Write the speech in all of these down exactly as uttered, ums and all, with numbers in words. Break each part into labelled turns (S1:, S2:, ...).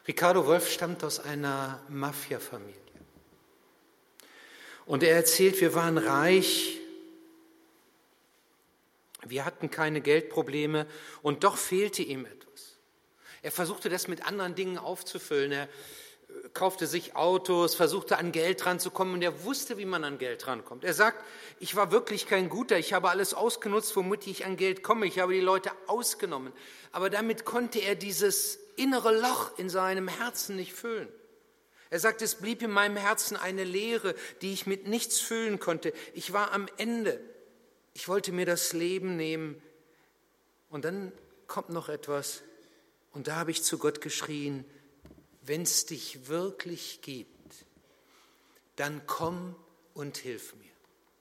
S1: Ricardo Wolf stammt aus einer Mafia-Familie. Und er erzählt, wir waren reich, wir hatten keine Geldprobleme und doch fehlte ihm etwas. Er versuchte das mit anderen Dingen aufzufüllen. Er kaufte sich Autos, versuchte an Geld ranzukommen und er wusste, wie man an Geld rankommt. Er sagt, ich war wirklich kein Guter, ich habe alles ausgenutzt, womit ich an Geld komme, ich habe die Leute ausgenommen. Aber damit konnte er dieses innere Loch in seinem Herzen nicht füllen. Er sagt, es blieb in meinem Herzen eine Leere, die ich mit nichts füllen konnte. Ich war am Ende. Ich wollte mir das Leben nehmen. Und dann kommt noch etwas. Und da habe ich zu Gott geschrien, wenn es dich wirklich gibt, dann komm und hilf mir.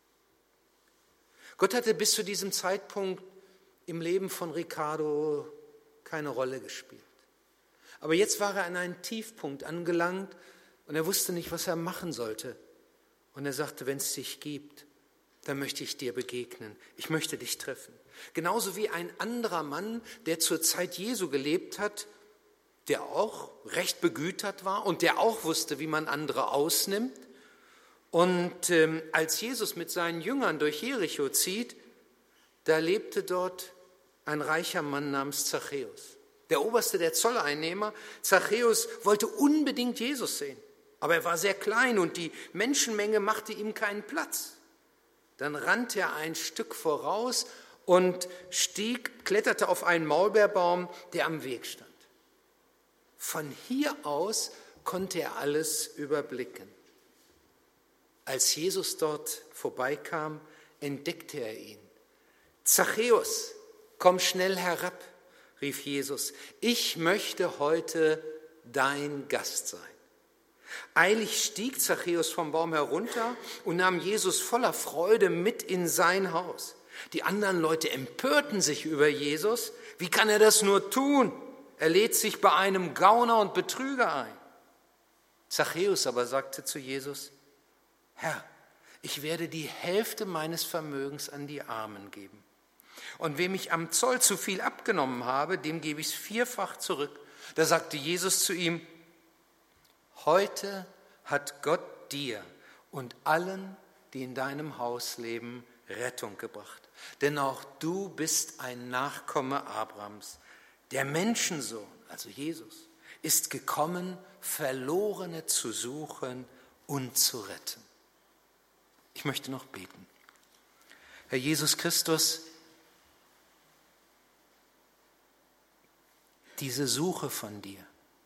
S1: Gott hatte bis zu diesem Zeitpunkt im Leben von Ricardo keine Rolle gespielt. Aber jetzt war er an einen Tiefpunkt angelangt und er wusste nicht, was er machen sollte. Und er sagte, wenn es dich gibt, dann möchte ich dir begegnen. Ich möchte dich treffen. Genauso wie ein anderer Mann, der zur Zeit Jesu gelebt hat, der auch recht begütert war und der auch wusste, wie man andere ausnimmt. Und ähm, als Jesus mit seinen Jüngern durch Jericho zieht, da lebte dort ein reicher Mann namens Zachäus. Der oberste der Zolleinnehmer, Zachäus, wollte unbedingt Jesus sehen. Aber er war sehr klein und die Menschenmenge machte ihm keinen Platz. Dann rannte er ein Stück voraus und stieg, kletterte auf einen Maulbeerbaum, der am Weg stand. Von hier aus konnte er alles überblicken. Als Jesus dort vorbeikam, entdeckte er ihn. Zachäus, komm schnell herab, rief Jesus. Ich möchte heute dein Gast sein. Eilig stieg Zachäus vom Baum herunter und nahm Jesus voller Freude mit in sein Haus. Die anderen Leute empörten sich über Jesus. Wie kann er das nur tun? Er lädt sich bei einem Gauner und Betrüger ein. Zachäus aber sagte zu Jesus, Herr, ich werde die Hälfte meines Vermögens an die Armen geben. Und wem ich am Zoll zu viel abgenommen habe, dem gebe ich es vierfach zurück. Da sagte Jesus zu ihm, heute hat Gott dir und allen, die in deinem Haus leben, Rettung gebracht. Denn auch du bist ein Nachkomme Abrahams. Der Menschensohn, also Jesus, ist gekommen, Verlorene zu suchen und zu retten. Ich möchte noch beten. Herr Jesus Christus, diese Suche von dir,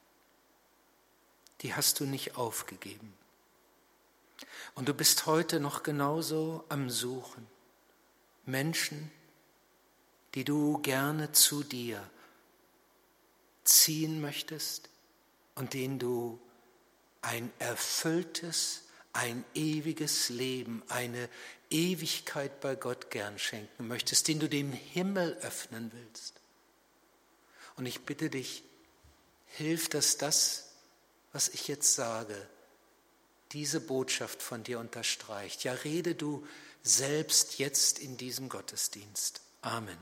S1: die hast du nicht aufgegeben. Und du bist heute noch genauso am Suchen. Menschen, die du gerne zu dir ziehen möchtest und denen du ein erfülltes, ein ewiges Leben, eine Ewigkeit bei Gott gern schenken möchtest, denen du den Himmel öffnen willst. Und ich bitte dich, hilf, dass das, was ich jetzt sage, diese Botschaft von dir unterstreicht. Ja, rede du selbst jetzt in diesem Gottesdienst. Amen.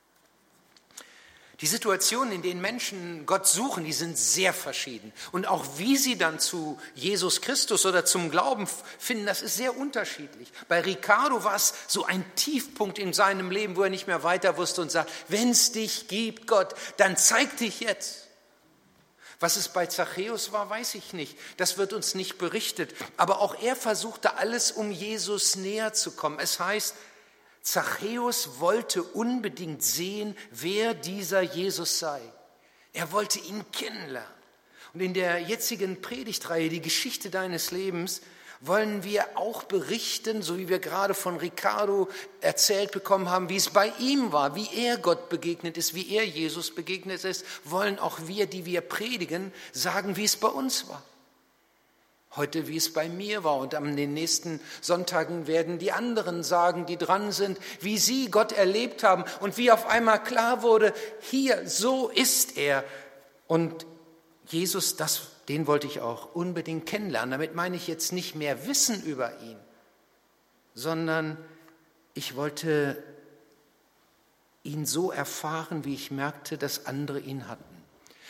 S1: Die Situationen, in denen Menschen Gott suchen, die sind sehr verschieden. Und auch wie sie dann zu Jesus Christus oder zum Glauben finden, das ist sehr unterschiedlich. Bei Ricardo war es so ein Tiefpunkt in seinem Leben, wo er nicht mehr weiter wusste und sagt, wenn es dich gibt, Gott, dann zeig dich jetzt. Was es bei Zachäus war, weiß ich nicht. Das wird uns nicht berichtet. Aber auch er versuchte alles, um Jesus näher zu kommen. Es heißt, Zachäus wollte unbedingt sehen, wer dieser Jesus sei. Er wollte ihn kennenlernen. Und in der jetzigen Predigtreihe, die Geschichte deines Lebens, wollen wir auch berichten, so wie wir gerade von Ricardo erzählt bekommen haben, wie es bei ihm war, wie er Gott begegnet ist, wie er Jesus begegnet ist, wollen auch wir, die wir predigen, sagen, wie es bei uns war. Heute, wie es bei mir war, und an den nächsten Sonntagen werden die anderen sagen, die dran sind, wie sie Gott erlebt haben und wie auf einmal klar wurde, hier, so ist er. Und Jesus, das, den wollte ich auch unbedingt kennenlernen. Damit meine ich jetzt nicht mehr Wissen über ihn, sondern ich wollte ihn so erfahren, wie ich merkte, dass andere ihn hatten.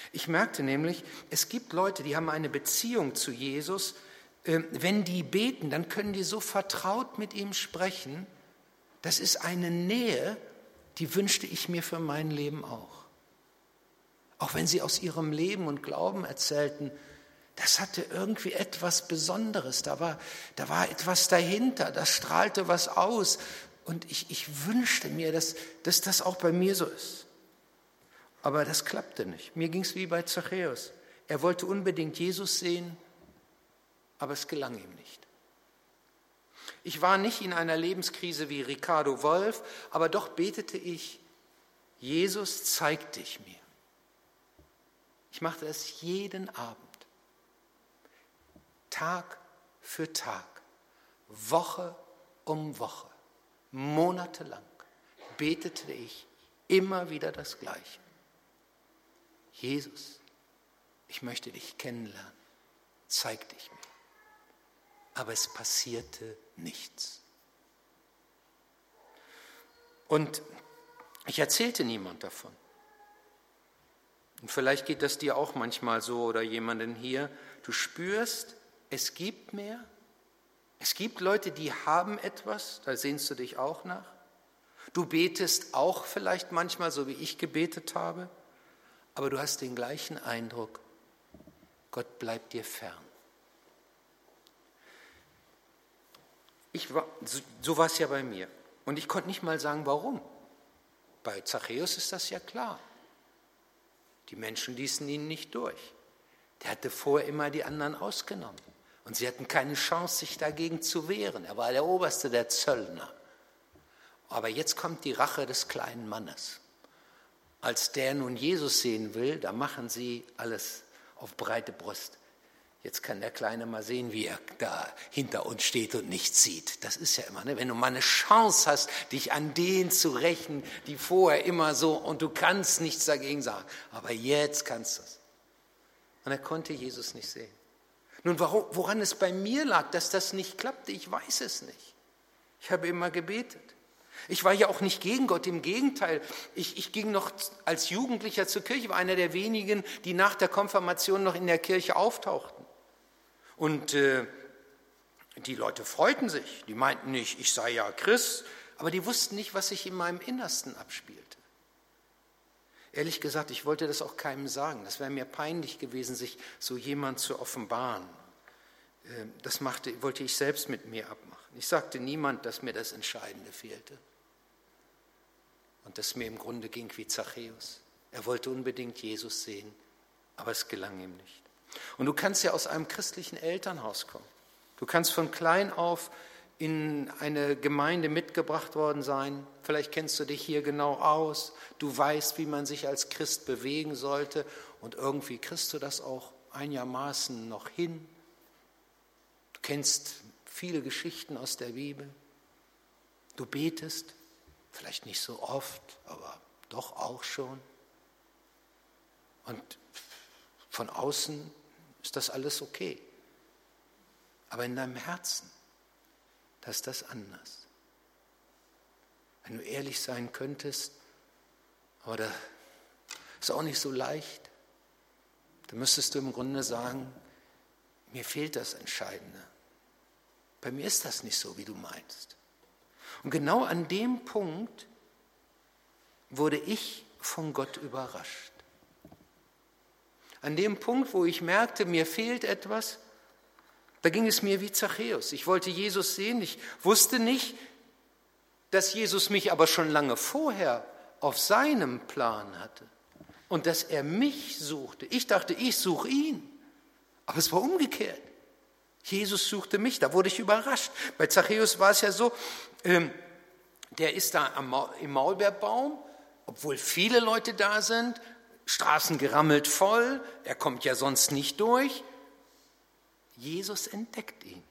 S1: Ich merkte nämlich, es gibt Leute, die haben eine Beziehung zu Jesus. Wenn die beten, dann können die so vertraut mit ihm sprechen. Das ist eine Nähe, die wünschte ich mir für mein Leben auch. Auch wenn sie aus ihrem Leben und Glauben erzählten, das hatte irgendwie etwas Besonderes. Da war, da war etwas dahinter, das strahlte was aus. Und ich, ich wünschte mir, dass, dass das auch bei mir so ist. Aber das klappte nicht. Mir ging es wie bei Zachäus. Er wollte unbedingt Jesus sehen, aber es gelang ihm nicht. Ich war nicht in einer Lebenskrise wie Ricardo Wolf, aber doch betete ich, Jesus, zeig dich mir. Ich machte das jeden Abend, Tag für Tag, Woche um Woche, monatelang betete ich immer wieder das Gleiche. Jesus, ich möchte dich kennenlernen, zeig dich mir. Aber es passierte nichts. Und ich erzählte niemand davon. Und vielleicht geht das dir auch manchmal so oder jemanden hier. Du spürst, es gibt mehr. Es gibt Leute, die haben etwas, da sehnst du dich auch nach. Du betest auch vielleicht manchmal, so wie ich gebetet habe, aber du hast den gleichen Eindruck, Gott bleibt dir fern. Ich war, so war es ja bei mir. Und ich konnte nicht mal sagen, warum. Bei Zachäus ist das ja klar. Die Menschen ließen ihn nicht durch. Der hatte vorher immer die anderen ausgenommen. Und sie hatten keine Chance, sich dagegen zu wehren. Er war der Oberste der Zöllner. Aber jetzt kommt die Rache des kleinen Mannes. Als der nun Jesus sehen will, da machen sie alles auf breite Brust. Jetzt kann der Kleine mal sehen, wie er da hinter uns steht und nichts sieht. Das ist ja immer, ne? Wenn du mal eine Chance hast, dich an denen zu rächen, die vorher immer so, und du kannst nichts dagegen sagen. Aber jetzt kannst du es. Und er konnte Jesus nicht sehen. Nun, woran es bei mir lag, dass das nicht klappte, ich weiß es nicht. Ich habe immer gebetet. Ich war ja auch nicht gegen Gott, im Gegenteil. Ich, ich ging noch als Jugendlicher zur Kirche, war einer der wenigen, die nach der Konfirmation noch in der Kirche auftauchten. Und äh, die Leute freuten sich. Die meinten nicht, ich sei ja Christ, aber die wussten nicht, was sich in meinem Innersten abspielte. Ehrlich gesagt, ich wollte das auch keinem sagen. Das wäre mir peinlich gewesen, sich so jemand zu offenbaren. Äh, das machte, wollte ich selbst mit mir abmachen. Ich sagte niemand, dass mir das Entscheidende fehlte. Und dass mir im Grunde ging wie Zachäus. Er wollte unbedingt Jesus sehen, aber es gelang ihm nicht. Und du kannst ja aus einem christlichen Elternhaus kommen. Du kannst von klein auf in eine Gemeinde mitgebracht worden sein. Vielleicht kennst du dich hier genau aus. Du weißt, wie man sich als Christ bewegen sollte. Und irgendwie kriegst du das auch einigermaßen noch hin. Du kennst viele Geschichten aus der Bibel. Du betest, vielleicht nicht so oft, aber doch auch schon. Und von außen ist das alles okay. Aber in deinem Herzen, da ist das anders. Wenn du ehrlich sein könntest, aber das ist auch nicht so leicht, dann müsstest du im Grunde sagen, mir fehlt das Entscheidende. Bei mir ist das nicht so, wie du meinst. Und genau an dem Punkt wurde ich von Gott überrascht. An dem Punkt, wo ich merkte, mir fehlt etwas, da ging es mir wie Zachäus. Ich wollte Jesus sehen, ich wusste nicht, dass Jesus mich aber schon lange vorher auf seinem Plan hatte und dass er mich suchte. Ich dachte, ich suche ihn, aber es war umgekehrt. Jesus suchte mich, da wurde ich überrascht. Bei Zachäus war es ja so, ähm, der ist da am Maul, im Maulbeerbaum, obwohl viele Leute da sind, Straßen gerammelt voll, er kommt ja sonst nicht durch. Jesus entdeckt ihn.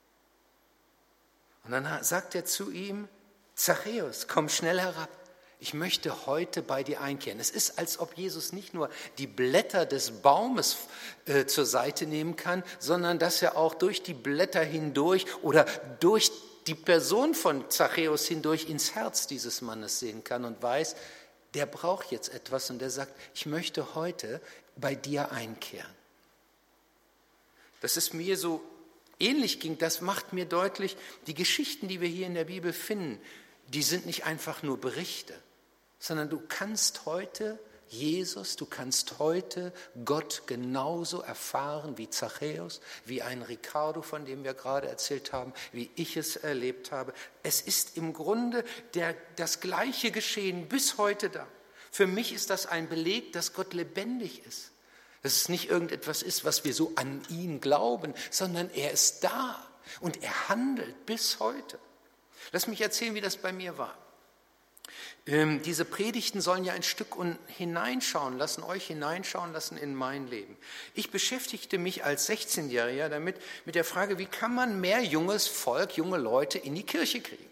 S1: Und dann sagt er zu ihm, Zachäus, komm schnell herab. Ich möchte heute bei dir einkehren. Es ist, als ob Jesus nicht nur die Blätter des Baumes äh, zur Seite nehmen kann, sondern dass er auch durch die Blätter hindurch oder durch die Person von Zachäus hindurch ins Herz dieses Mannes sehen kann und weiß, der braucht jetzt etwas und der sagt, ich möchte heute bei dir einkehren. Dass es mir so ähnlich ging, das macht mir deutlich, die Geschichten, die wir hier in der Bibel finden, die sind nicht einfach nur Berichte, sondern du kannst heute Jesus, du kannst heute Gott genauso erfahren wie Zachäus, wie ein Ricardo, von dem wir gerade erzählt haben, wie ich es erlebt habe. Es ist im Grunde der, das gleiche Geschehen bis heute da. Für mich ist das ein Beleg, dass Gott lebendig ist. Dass es nicht irgendetwas ist, was wir so an ihn glauben, sondern er ist da und er handelt bis heute. Lass mich erzählen, wie das bei mir war. Ähm, diese Predigten sollen ja ein Stück un- hineinschauen lassen, euch hineinschauen lassen in mein Leben. Ich beschäftigte mich als sechzehnjähriger damit, mit der Frage, wie kann man mehr junges Volk, junge Leute in die Kirche kriegen?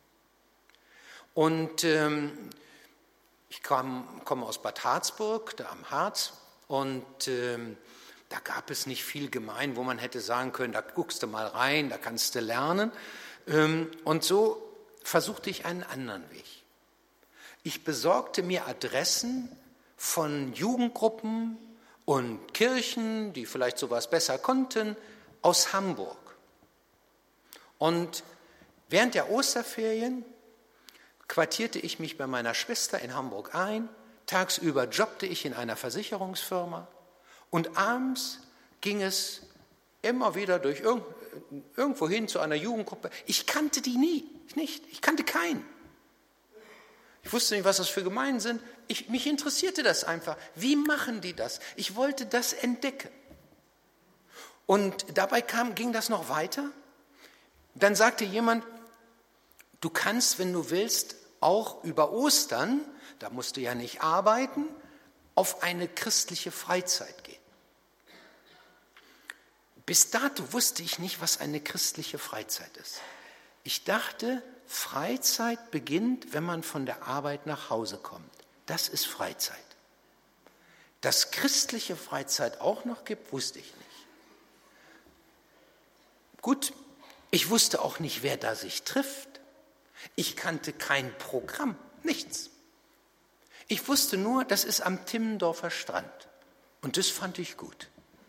S1: Und ähm, ich kam, komme aus Bad Harzburg, da am Harz, und ähm, da gab es nicht viel Gemein, wo man hätte sagen können, da guckst du mal rein, da kannst du lernen. Ähm, und so versuchte ich einen anderen Weg. Ich besorgte mir Adressen von Jugendgruppen und Kirchen, die vielleicht sowas besser konnten, aus Hamburg. Und während der Osterferien quartierte ich mich bei meiner Schwester in Hamburg ein. Tagsüber jobbte ich in einer Versicherungsfirma und abends ging es immer wieder durch irgend, irgendwo hin zu einer Jugendgruppe. Ich kannte die nie, nicht, ich kannte keinen. Ich wusste nicht, was das für Gemeinden sind. Ich, mich interessierte das einfach. Wie machen die das? Ich wollte das entdecken. Und dabei kam, ging das noch weiter. Dann sagte jemand, du kannst, wenn du willst, auch über Ostern, da musst du ja nicht arbeiten, auf eine christliche Freizeit gehen. Bis dato wusste ich nicht, was eine christliche Freizeit ist. Ich dachte, Freizeit beginnt, wenn man von der Arbeit nach Hause kommt. Das ist Freizeit. Dass christliche Freizeit auch noch gibt, wusste ich nicht. Gut, ich wusste auch nicht, wer da sich trifft. Ich kannte kein Programm, nichts. Ich wusste nur, das ist am Timmendorfer Strand. Und das fand ich gut.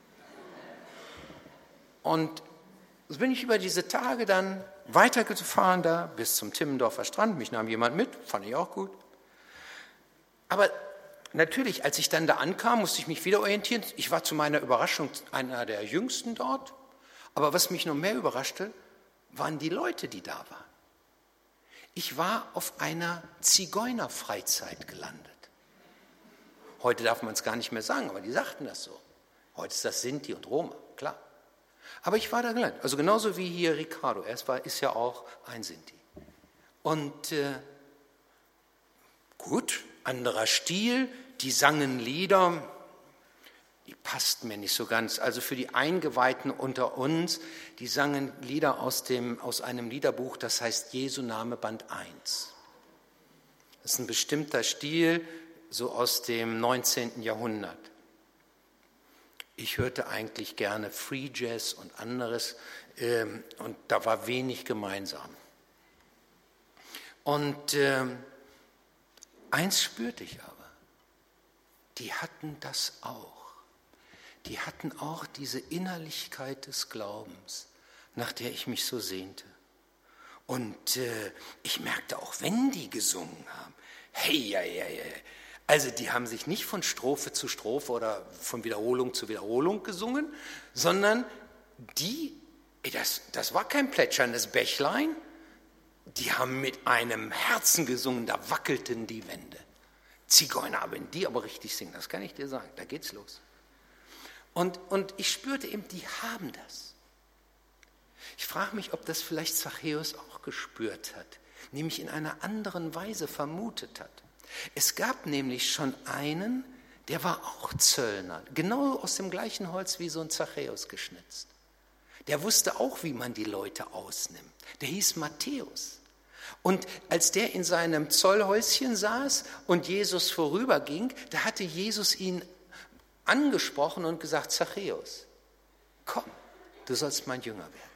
S1: Und so bin ich über diese Tage dann weitergefahren da bis zum Timmendorfer Strand. Mich nahm jemand mit, fand ich auch gut. Aber natürlich, als ich dann da ankam, musste ich mich wieder orientieren. Ich war zu meiner Überraschung einer der Jüngsten dort. Aber was mich noch mehr überraschte, waren die Leute, die da waren. Ich war auf einer Zigeunerfreizeit gelandet. Heute darf man es gar nicht mehr sagen, aber die sagten das so. Heute ist das Sinti und Roma, klar. Aber ich war da gelandet, also genauso wie hier Ricardo. Er war, ist ja auch ein Sinti. Und äh, gut, anderer Stil, die sangen Lieder, die passten mir nicht so ganz. Also für die Eingeweihten unter uns, die sangen Lieder aus, dem, aus einem Liederbuch, das heißt Jesu Name Band eins. Das ist ein bestimmter Stil, so aus dem neunzehnten Jahrhundert. Ich hörte eigentlich gerne Free Jazz und anderes ähm, und da war wenig gemeinsam. Und ähm, eins spürte ich aber, die hatten das auch. Die hatten auch diese Innerlichkeit des Glaubens, nach der ich mich so sehnte. Und äh, ich merkte auch, wenn die gesungen haben, hey, ja, ja, ja, also die haben sich nicht von Strophe zu Strophe oder von Wiederholung zu Wiederholung gesungen, sondern die, das, das war kein plätscherndes Bächlein, die haben mit einem Herzen gesungen, da wackelten die Wände. Zigeuner, wenn die aber richtig singen, das kann ich dir sagen, da geht's los. Und, und ich spürte eben, die haben das. Ich frage mich, ob das vielleicht Zachäus auch gespürt hat, nämlich in einer anderen Weise vermutet hat. Es gab nämlich schon einen, der war auch Zöllner, genau aus dem gleichen Holz wie so ein Zachäus geschnitzt. Der wusste auch, wie man die Leute ausnimmt. Der hieß Matthäus. Und als der in seinem Zollhäuschen saß und Jesus vorüberging, da hatte Jesus ihn angesprochen und gesagt, Zachäus, komm, du sollst mein Jünger werden.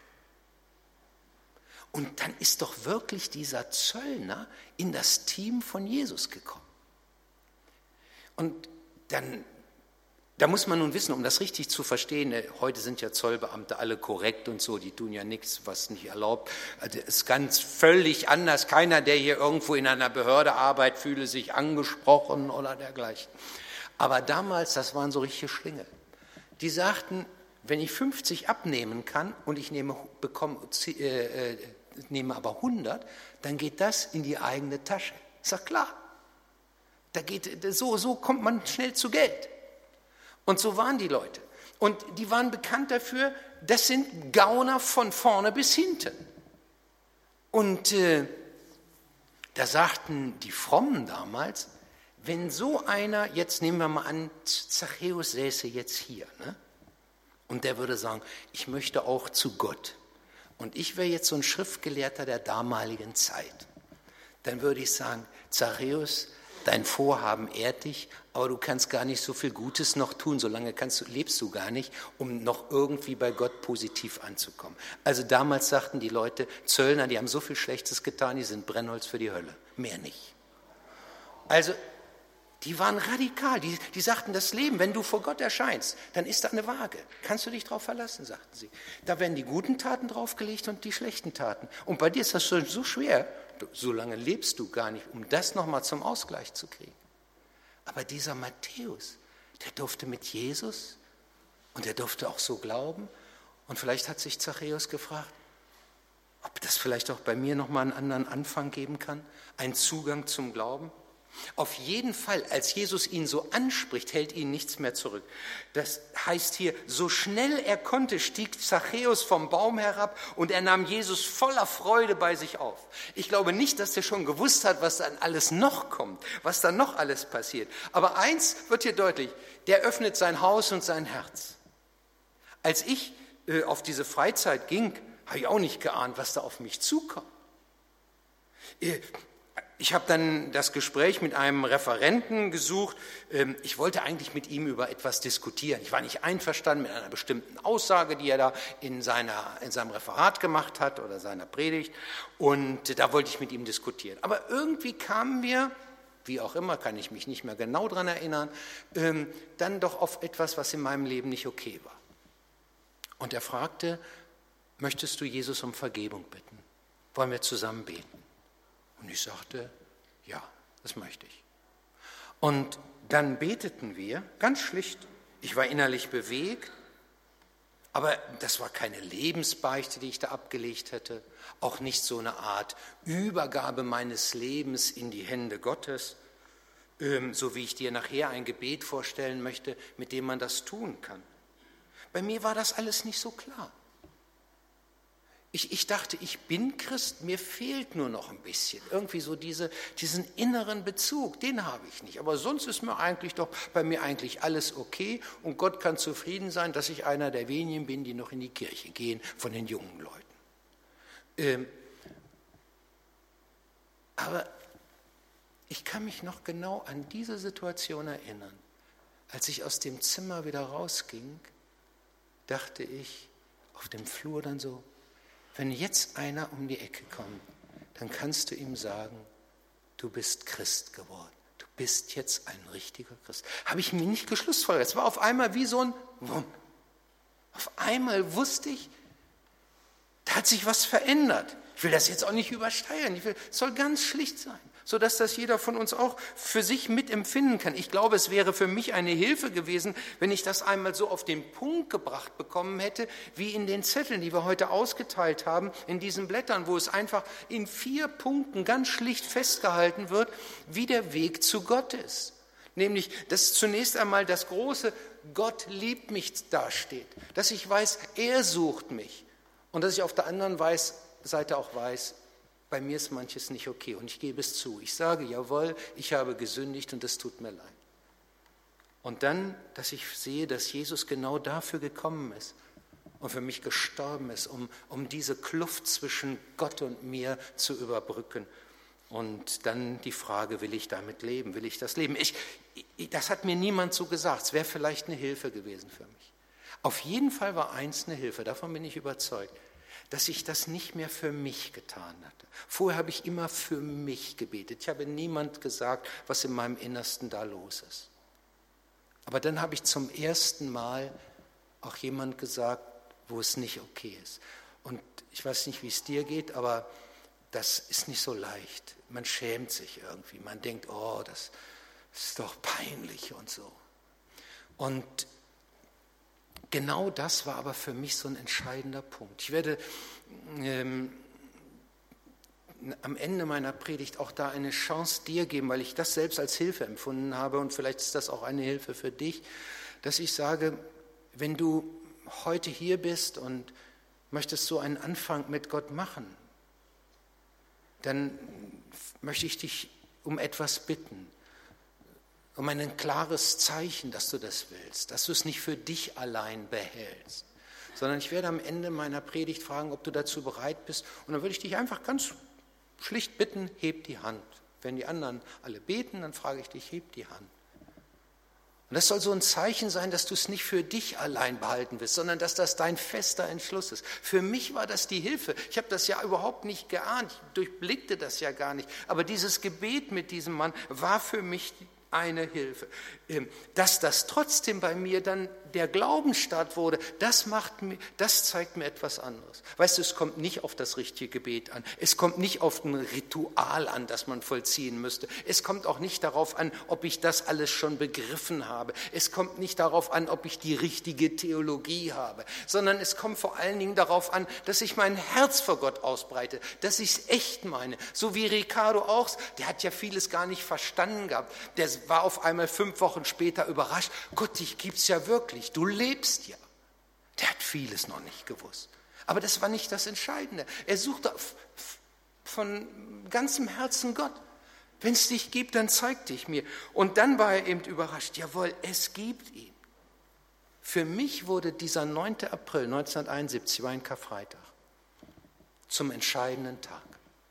S1: Und dann ist doch wirklich dieser Zöllner in das Team von Jesus gekommen. Und dann Da muss man nun wissen, um das richtig zu verstehen, heute sind ja Zollbeamte alle korrekt und so, die tun ja nichts, was nicht erlaubt. Also das ist ganz völlig anders. Keiner, der hier irgendwo in einer Behörde arbeitet, fühle sich angesprochen oder dergleichen. Aber damals, das waren so richtige Schlingel. Die sagten, wenn ich fünfzig abnehmen kann und ich nehme, bekomme, äh, nehme aber hundert, dann geht das in die eigene Tasche. Ist doch klar. Da geht, so, so kommt man schnell zu Geld. Und so waren die Leute. Und die waren bekannt dafür, das sind Gauner von vorne bis hinten. Und äh, da sagten die Frommen damals, wenn so einer, jetzt nehmen wir mal an, Zachäus säße jetzt hier, ne? Und der würde sagen, ich möchte auch zu Gott. Und ich wäre jetzt so ein Schriftgelehrter der damaligen Zeit. Dann würde ich sagen, Zachäus, dein Vorhaben ehrt dich, aber du kannst gar nicht so viel Gutes noch tun, solange kannst du, lebst du gar nicht, um noch irgendwie bei Gott positiv anzukommen. Also damals sagten die Leute, Zöllner, die haben so viel Schlechtes getan, die sind Brennholz für die Hölle, mehr nicht. Also die waren radikal, die, die sagten, das Leben, wenn du vor Gott erscheinst, dann ist da eine Waage, kannst du dich drauf verlassen, sagten sie. Da werden die guten Taten draufgelegt und die schlechten Taten. Und bei dir ist das so, so schwer, so lange lebst du gar nicht, um das nochmal zum Ausgleich zu kriegen. Aber dieser Matthäus, der durfte mit Jesus und der durfte auch so glauben. Und vielleicht hat sich Zachäus gefragt, ob das vielleicht auch bei mir nochmal einen anderen Anfang geben kann, einen Zugang zum Glauben. Auf jeden Fall, als Jesus ihn so anspricht, hält ihn nichts mehr zurück. Das heißt hier, so schnell er konnte, stieg Zachäus vom Baum herab und er nahm Jesus voller Freude bei sich auf. Ich glaube nicht, dass er schon gewusst hat, was dann alles noch kommt, was dann noch alles passiert. Aber eins wird hier deutlich, der öffnet sein Haus und sein Herz. Als ich äh, auf diese Freizeit ging, habe ich auch nicht geahnt, was da auf mich zukommt. Äh, Ich habe dann das Gespräch mit einem Referenten gesucht. Ich wollte eigentlich mit ihm über etwas diskutieren. Ich war nicht einverstanden mit einer bestimmten Aussage, die er da in, seiner, in seinem Referat gemacht hat oder seiner Predigt. Und da wollte ich mit ihm diskutieren. Aber irgendwie kamen wir, wie auch immer, kann ich mich nicht mehr genau daran erinnern, dann doch auf etwas, was in meinem Leben nicht okay war. Und er fragte, möchtest du Jesus um Vergebung bitten? Wollen wir zusammen beten? Und ich sagte, ja, das möchte ich. Und dann beteten wir, ganz schlicht. Ich war innerlich bewegt, aber das war keine Lebensbeichte, die ich da abgelegt hätte, auch nicht so eine Art Übergabe meines Lebens in die Hände Gottes, so wie ich dir nachher ein Gebet vorstellen möchte, mit dem man das tun kann. Bei mir war das alles nicht so klar. Ich, ich dachte, ich bin Christ, mir fehlt nur noch ein bisschen. Irgendwie so diese, diesen inneren Bezug, den habe ich nicht. Aber sonst ist mir eigentlich doch bei mir eigentlich alles okay und Gott kann zufrieden sein, dass ich einer der wenigen bin, die noch in die Kirche gehen, von den jungen Leuten. Ähm, aber ich kann mich noch genau an diese Situation erinnern. Als ich aus dem Zimmer wieder rausging, dachte ich auf dem Flur dann so, wenn jetzt einer um die Ecke kommt, dann kannst du ihm sagen, du bist Christ geworden. Du bist jetzt ein richtiger Christ. Habe ich mir nicht geschlussfolgert. Es war auf einmal wie so ein Wumm. Auf einmal wusste ich, da hat sich was verändert. Ich will das jetzt auch nicht übersteuern. Ich will, es soll ganz schlicht sein, sodass das jeder von uns auch für sich mitempfinden kann. Ich glaube, es wäre für mich eine Hilfe gewesen, wenn ich das einmal so auf den Punkt gebracht bekommen hätte, wie in den Zetteln, die wir heute ausgeteilt haben, in diesen Blättern, wo es einfach in vier Punkten ganz schlicht festgehalten wird, wie der Weg zu Gott ist. Nämlich, dass zunächst einmal das große Gott liebt mich dasteht, dass ich weiß, er sucht mich und dass ich auf der anderen Seite auch weiß, bei mir ist manches nicht okay und ich gebe es zu. Ich sage, jawohl, ich habe gesündigt und es tut mir leid. Und dann, dass ich sehe, dass Jesus genau dafür gekommen ist und für mich gestorben ist, um, um diese Kluft zwischen Gott und mir zu überbrücken. Und dann die Frage, will ich damit leben? Will ich das leben? Ich, ich, das hat mir niemand so gesagt. Es wäre vielleicht eine Hilfe gewesen für mich. Auf jeden Fall war eins eine Hilfe, davon bin ich überzeugt, dass ich das nicht mehr für mich getan hatte. Vorher habe ich immer für mich gebetet. Ich habe niemand gesagt, was in meinem Innersten da los ist. Aber dann habe ich zum ersten Mal auch jemand gesagt, wo es nicht okay ist. Und ich weiß nicht, wie es dir geht, aber das ist nicht so leicht. Man schämt sich irgendwie. Man denkt, oh, das ist doch peinlich und so. Und genau das war aber für mich so ein entscheidender Punkt. Ich werde ähm, am Ende meiner Predigt auch da eine Chance dir geben, weil ich das selbst als Hilfe empfunden habe und vielleicht ist das auch eine Hilfe für dich, dass ich sage, wenn du heute hier bist und möchtest so einen Anfang mit Gott machen, dann möchte ich dich um etwas bitten, um ein klares Zeichen, dass du das willst, dass du es nicht für dich allein behältst, sondern ich werde am Ende meiner Predigt fragen, ob du dazu bereit bist und dann würde ich dich einfach ganz schlicht bitten, heb die Hand. Wenn die anderen alle beten, dann frage ich dich, heb die Hand. Und das soll so ein Zeichen sein, dass du es nicht für dich allein behalten willst, sondern dass das dein fester Entschluss ist. Für mich war das die Hilfe. Ich habe das ja überhaupt nicht geahnt, ich durchblickte das ja gar nicht. Aber dieses Gebet mit diesem Mann war für mich eine Hilfe. Dass das trotzdem bei mir dann der Glaubensstart wurde, das macht mir, das zeigt mir etwas anderes. Weißt du, es kommt nicht auf das richtige Gebet an. Es kommt nicht auf ein Ritual an, das man vollziehen müsste. Es kommt auch nicht darauf an, ob ich das alles schon begriffen habe. Es kommt nicht darauf an, ob ich die richtige Theologie habe, sondern es kommt vor allen Dingen darauf an, dass ich mein Herz vor Gott ausbreite, dass ich es echt meine. So wie Ricardo auch, der hat ja vieles gar nicht verstanden gehabt. Der war auf einmal fünf Wochen später überrascht. Gott, dich gibt's ja wirklich. Du lebst ja. Der hat vieles noch nicht gewusst. Aber das war nicht das Entscheidende. Er suchte von ganzem Herzen Gott. Wenn es dich gibt, dann zeig dich mir. Und dann war er eben überrascht. Jawohl, es gibt ihn. Für mich wurde dieser neunte April neunzehnhunderteinundsiebzig, war ein Karfreitag, zum entscheidenden Tag.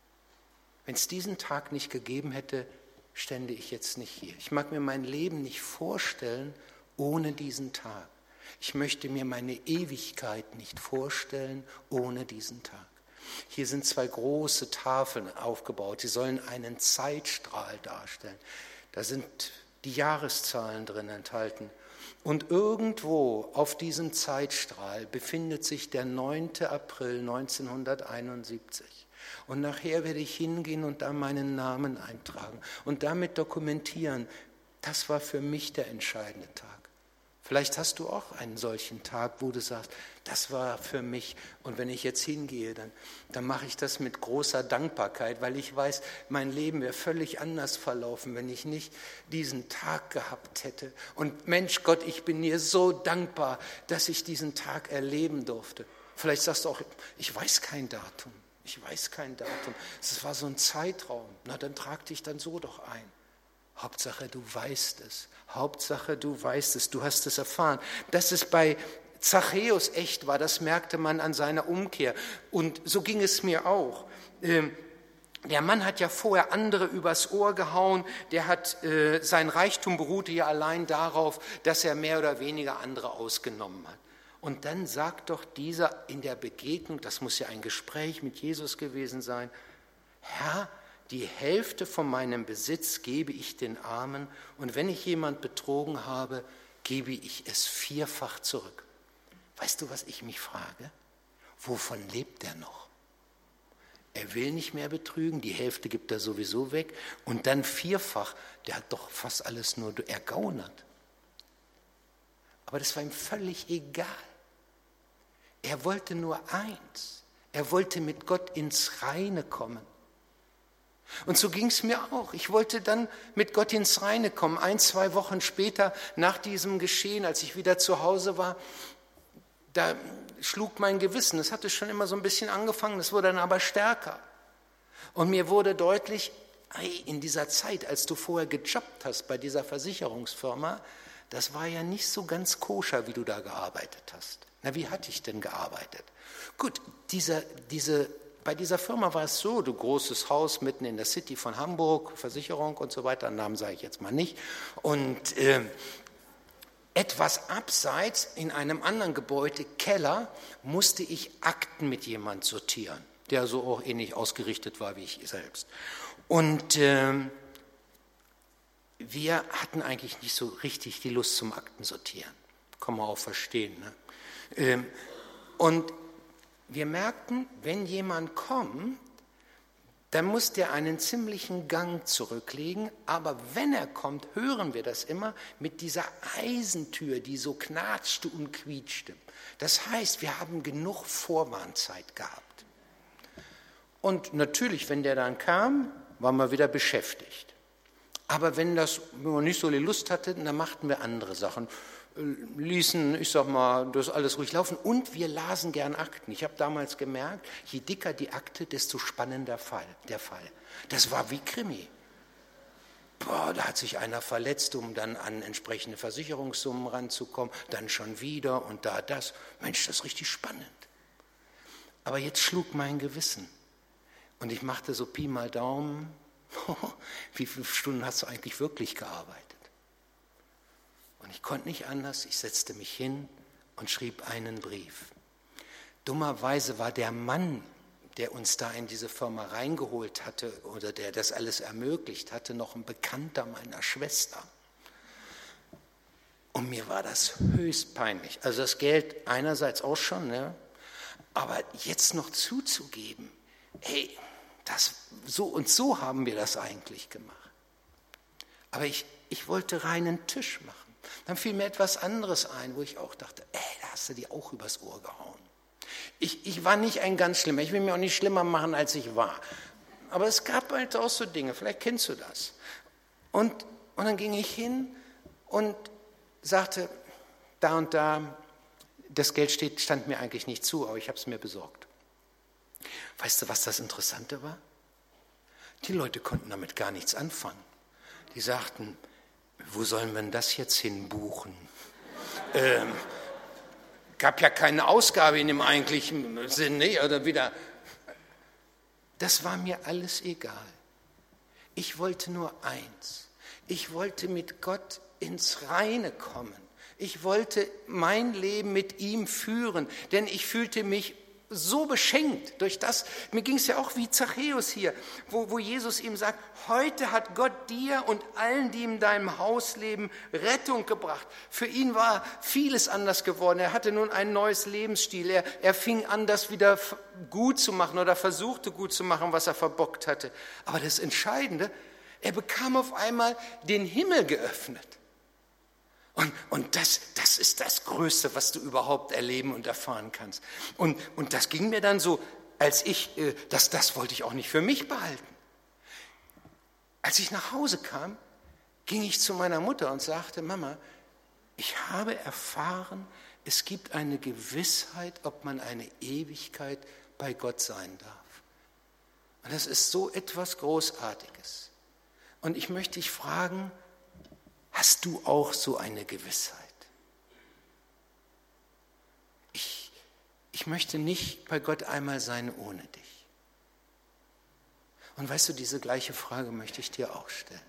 S1: Wenn es diesen Tag nicht gegeben hätte, stände ich jetzt nicht hier. Ich mag mir mein Leben nicht vorstellen ohne diesen Tag. Ich möchte mir meine Ewigkeit nicht vorstellen ohne diesen Tag. Hier sind zwei große Tafeln aufgebaut, die sollen einen Zeitstrahl darstellen. Da sind die Jahreszahlen drin enthalten. Und irgendwo auf diesem Zeitstrahl befindet sich der neunte April neunzehnhunderteinundsiebzig. Und nachher werde ich hingehen und da meinen Namen eintragen und damit dokumentieren, das war für mich der entscheidende Tag. Vielleicht hast du auch einen solchen Tag, wo du sagst, das war für mich. Und wenn ich jetzt hingehe, dann, dann mache ich das mit großer Dankbarkeit, weil ich weiß, mein Leben wäre völlig anders verlaufen, wenn ich nicht diesen Tag gehabt hätte. Und Mensch Gott, ich bin dir so dankbar, dass ich diesen Tag erleben durfte. Vielleicht sagst du auch, ich weiß kein Datum. Ich weiß kein Datum. Es war so ein Zeitraum. Na, dann trag dich dann so doch ein. Hauptsache, du weißt es. Hauptsache, du weißt es. Du hast es erfahren. Dass es bei Zachäus echt war, das merkte man an seiner Umkehr. Und so ging es mir auch. Der Mann hat ja vorher andere übers Ohr gehauen. Der hat, sein Reichtum beruhte ja allein darauf, dass er mehr oder weniger andere ausgenommen hat. Und dann sagt doch dieser in der Begegnung, das muss ja ein Gespräch mit Jesus gewesen sein, Herr, die Hälfte von meinem Besitz gebe ich den Armen und wenn ich jemand betrogen habe, gebe ich es vierfach zurück. Weißt du, was ich mich frage? Wovon lebt er noch? Er will nicht mehr betrügen, die Hälfte gibt er sowieso weg und dann vierfach, der hat doch fast alles nur ergaunert. Aber das war ihm völlig egal. Er wollte nur eins. Er wollte mit Gott ins Reine kommen. Und so ging es mir auch. Ich wollte dann mit Gott ins Reine kommen. Ein, zwei Wochen später, nach diesem Geschehen, als ich wieder zu Hause war, da schlug mein Gewissen. Es hatte schon immer so ein bisschen angefangen, es wurde dann aber stärker. Und mir wurde deutlich, hey, in dieser Zeit, als du vorher gejobbt hast bei dieser Versicherungsfirma, das war ja nicht so ganz koscher, wie du da gearbeitet hast. Na, wie hatte ich denn gearbeitet? Gut, dieser, diese, bei dieser Firma war es so, du großes Haus mitten in der City von Hamburg, Versicherung und so weiter, Namen sage ich jetzt mal nicht. Und äh, etwas abseits in einem anderen Gebäude, Keller, musste ich Akten mit jemand sortieren, der so auch ähnlich ausgerichtet war wie ich selbst. Und äh, wir hatten eigentlich nicht so richtig die Lust zum Aktensortieren. Kann man auch verstehen. Ne? Ähm, und wir merkten, wenn jemand kommt, dann muss der einen ziemlichen Gang zurücklegen, aber wenn er kommt, hören wir das immer mit dieser Eisentür, die so knatschte und quietschte. Das heißt, wir haben genug Vorwarnzeit gehabt. Und natürlich, wenn der dann kam, waren wir wieder beschäftigt. Aber wenn, das, wenn man nicht so die Lust hatte, dann machten wir andere Sachen. Ließen, ich sag mal, das alles ruhig laufen und wir lasen gern Akten. Ich habe damals gemerkt, je dicker die Akte, desto spannender Fall, der Fall. Das war wie Krimi. Boah, da hat sich einer verletzt, um dann an entsprechende Versicherungssummen ranzukommen, dann schon wieder und da das. Mensch, das ist richtig spannend. Aber jetzt schlug mein Gewissen und ich machte so Pi mal Daumen, wie viele Stunden hast du eigentlich wirklich gearbeitet? Und ich konnte nicht anders, ich setzte mich hin und schrieb einen Brief. Dummerweise war der Mann, der uns da in diese Firma reingeholt hatte oder der das alles ermöglicht hatte, noch ein Bekannter meiner Schwester. Und mir war das höchst peinlich. Also das Geld einerseits auch schon, ne? Aber jetzt noch zuzugeben, hey, das, so und so haben wir das eigentlich gemacht. Aber ich, ich wollte reinen Tisch machen. Dann fiel mir etwas anderes ein, wo ich auch dachte, ey, da hast du die auch übers Ohr gehauen. Ich, ich war nicht ein ganz Schlimmer, ich will mir auch nicht schlimmer machen, als ich war. Aber es gab halt auch so Dinge, vielleicht kennst du das. Und, und dann ging ich hin und sagte, da und da, das Geld steht, stand mir eigentlich nicht zu, aber ich habe es mir besorgt. Weißt du, was das Interessante war? Die Leute konnten damit gar nichts anfangen. Die sagten, wo sollen wir denn das jetzt hinbuchen? Ähm, gab ja keine Ausgabe in dem eigentlichen Sinn, ne? Oder wieder. Das war mir alles egal. Ich wollte nur eins. Ich wollte mit Gott ins Reine kommen. Ich wollte mein Leben mit ihm führen, denn ich fühlte mich so beschenkt durch das, mir ging es ja auch wie Zachäus hier, wo, wo Jesus ihm sagt, heute hat Gott dir und allen, die in deinem Haus leben, Rettung gebracht. Für ihn war vieles anders geworden. Er hatte nun ein neues Lebensstil. Er, er fing an, das wieder gut zu machen oder versuchte gut zu machen, was er verbockt hatte. Aber das Entscheidende, er bekam auf einmal den Himmel geöffnet. Und, und das, das ist das Größte, was du überhaupt erleben und erfahren kannst. Und, und das ging mir dann so, als ich, äh, das, das wollte ich auch nicht für mich behalten. Als ich nach Hause kam, ging ich zu meiner Mutter und sagte, Mama, ich habe erfahren, es gibt eine Gewissheit, ob man eine Ewigkeit bei Gott sein darf. Und das ist so etwas Großartiges. Und ich möchte dich fragen, hast du auch so eine Gewissheit? Ich, ich möchte nicht bei Gott einmal sein ohne dich. Und weißt du, diese gleiche Frage möchte ich dir auch stellen.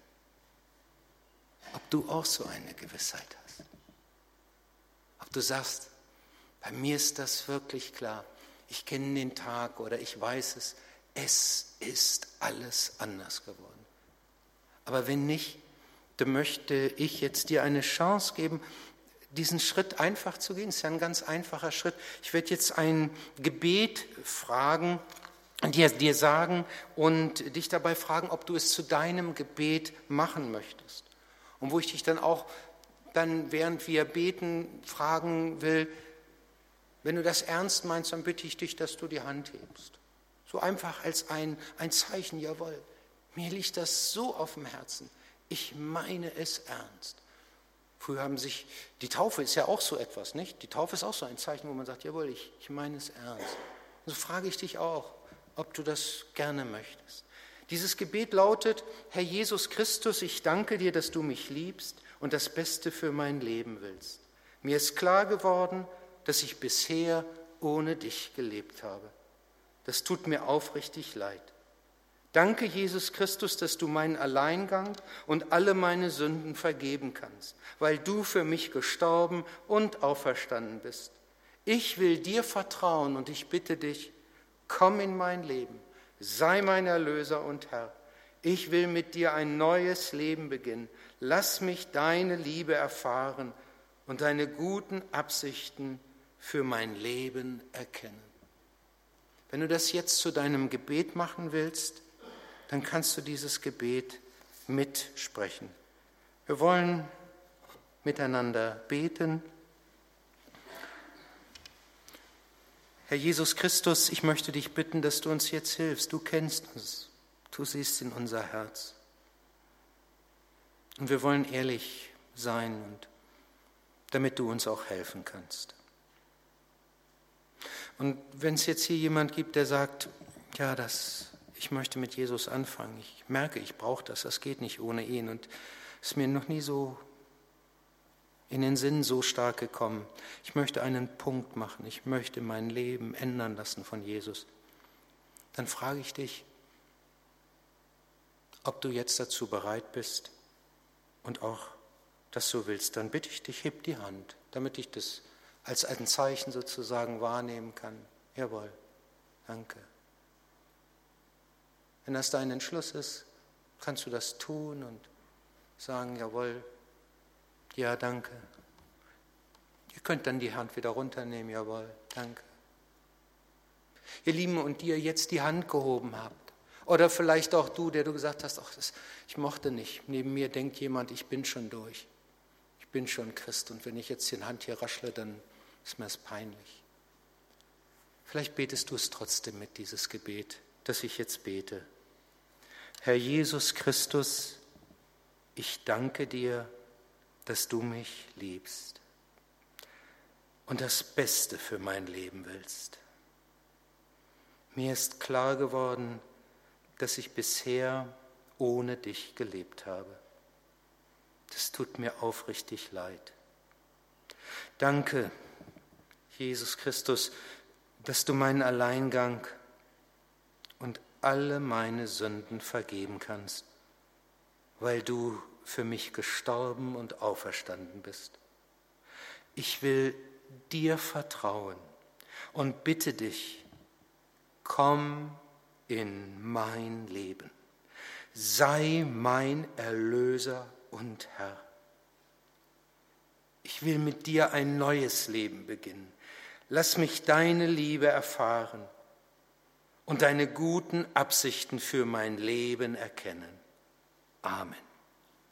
S1: Ob du auch so eine Gewissheit hast. Ob du sagst, bei mir ist das wirklich klar. Ich kenne den Tag oder ich weiß es. Es ist alles anders geworden. Aber wenn nicht, dann möchte ich jetzt dir eine Chance geben, diesen Schritt einfach zu gehen. Das ist ja ein ganz einfacher Schritt. Ich werde jetzt ein Gebet fragen, dir, dir sagen und dich dabei fragen, ob du es zu deinem Gebet machen möchtest. Und wo ich dich dann auch, dann während wir beten, fragen will, wenn du das ernst meinst, dann bitte ich dich, dass du die Hand hebst. So einfach als ein, ein Zeichen, jawohl, mir liegt das so auf dem Herzen. Ich meine es ernst. Früher haben sich, die Taufe ist ja auch so etwas, nicht? Die Taufe ist auch so ein Zeichen, wo man sagt, jawohl, ich, ich meine es ernst. Und so frage ich dich auch, ob du das gerne möchtest. Dieses Gebet lautet, Herr Jesus Christus, ich danke dir, dass du mich liebst und das Beste für mein Leben willst. Mir ist klar geworden, dass ich bisher ohne dich gelebt habe. Das tut mir aufrichtig leid. Danke, Jesus Christus, dass du meinen Alleingang und alle meine Sünden vergeben kannst, weil du für mich gestorben und auferstanden bist. Ich will dir vertrauen und ich bitte dich, komm in mein Leben, sei mein Erlöser und Herr. Ich will mit dir ein neues Leben beginnen. Lass mich deine Liebe erfahren und deine guten Absichten für mein Leben erkennen. Wenn du das jetzt zu deinem Gebet machen willst, dann kannst du dieses Gebet mitsprechen. Wir wollen miteinander beten. Herr Jesus Christus, ich möchte dich bitten, dass du uns jetzt hilfst. Du kennst uns, du siehst in unser Herz. Und wir wollen ehrlich sein, und damit du uns auch helfen kannst. Und wenn es jetzt hier jemand gibt, der sagt, ja, das, ich möchte mit Jesus anfangen, ich merke, ich brauche das, das geht nicht ohne ihn, und es ist mir noch nie so in den Sinn so stark gekommen. Ich möchte einen Punkt machen, ich möchte mein Leben ändern lassen von Jesus. Dann frage ich dich, ob du jetzt dazu bereit bist und auch das so willst. Dann bitte ich dich, heb die Hand, damit ich das als ein Zeichen sozusagen wahrnehmen kann. Jawohl, danke. Wenn das dein Entschluss ist, kannst du das tun und sagen, jawohl, ja, danke. Ihr könnt dann die Hand wieder runternehmen, jawohl, danke. Ihr Lieben, und die ihr jetzt die Hand gehoben habt, oder vielleicht auch du, der du gesagt hast, ach, das, ich mochte nicht, neben mir denkt jemand, ich bin schon durch, ich bin schon Christ, und wenn ich jetzt die Hand hier raschle, dann ist mir das peinlich. Vielleicht betest du es trotzdem mit, dieses Gebet, das ich jetzt bete. Herr Jesus Christus, ich danke dir, dass du mich liebst und das Beste für mein Leben willst. Mir ist klar geworden, dass ich bisher ohne dich gelebt habe. Das tut mir aufrichtig leid. Danke, Jesus Christus, dass du meinen Alleingang und alle meine Sünden vergeben kannst, weil du für mich gestorben und auferstanden bist. Ich will dir vertrauen und bitte dich, komm in mein Leben. Sei mein Erlöser und Herr. Ich will mit dir ein neues Leben beginnen. Lass mich deine Liebe erfahren und deine guten Absichten für mein Leben erkennen. Amen.